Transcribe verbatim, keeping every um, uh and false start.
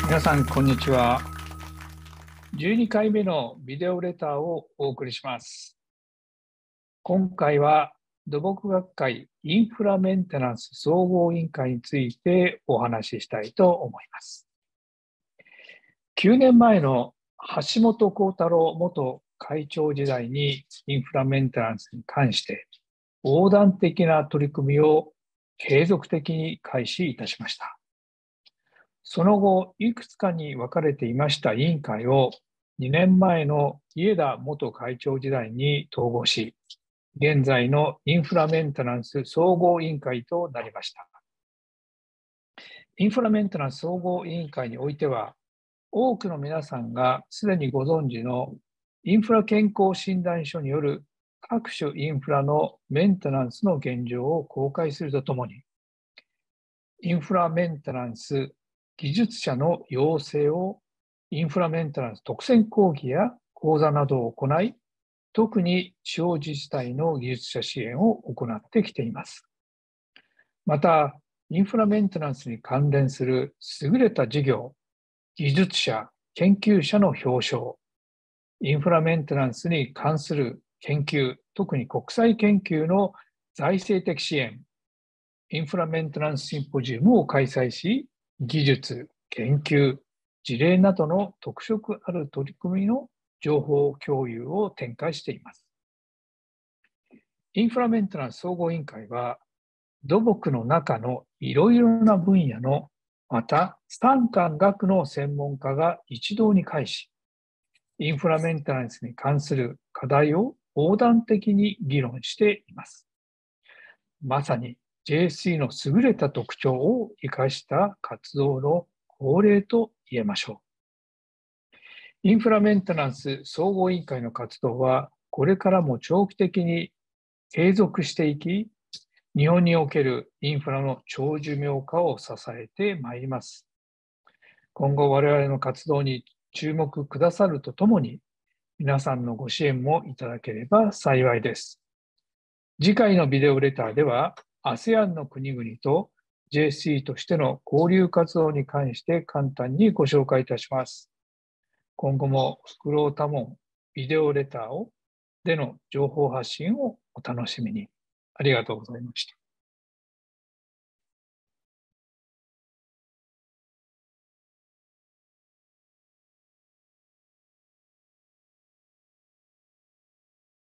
皆さん、こんにちは。じゅうにかいめのビデオレターをお送りします。今回は土木学会インフラメンテナンス総合委員会についてお話ししたいと思います。きゅうねんまえの橋本幸太郎元会長時代にインフラメンテナンスに関して横断的な取り組みを継続的に開始いたしました。その後、いくつかに分かれていました委員会をにねんまえの家田元会長時代に統合し、現在のインフラメンテナンス総合委員会となりました。インフラメンテナンス総合委員会においては、多くの皆さんがすでにご存知のインフラ健康診断書による各種インフラのメンテナンスの現状を公開するとともに、インフラメンテナンス技術者の養成をインフラメンテナンス特選講義や講座などを行い、特に地方自治体の技術者支援を行ってきています。また、インフラメンテナンスに関連する優れた事業、技術者、研究者の表彰、インフラメンテナンスに関する研究、特に国際研究の財政的支援、インフラメンテナンスシンポジウムを開催し、技術、研究、事例などの特色ある取り組みの情報共有を展開しています。インフラメンテナンス総合委員会は、土木の中のいろいろな分野の、また産官学の専門家が一堂に会し、インフラメンテナンスに関する課題を横断的に議論しています。まさに ジェイエスシー の優れた特徴を生かした活動の恒例と言えましょう。インフラメンテナンス総合委員会の活動は、これからも長期的に継続していき、日本におけるインフラの長寿命化を支えてまいります。今後我々の活動に注目くださるとともに、皆さんのご支援もいただければ幸いです。次回のビデオレターでは、アセアン の国々と ジェイエスシー としての交流活動に関して簡単にご紹介いたします。今後もフクロウ多聞ビデオレターをでの情報発信をお楽しみに。ありがとうございました。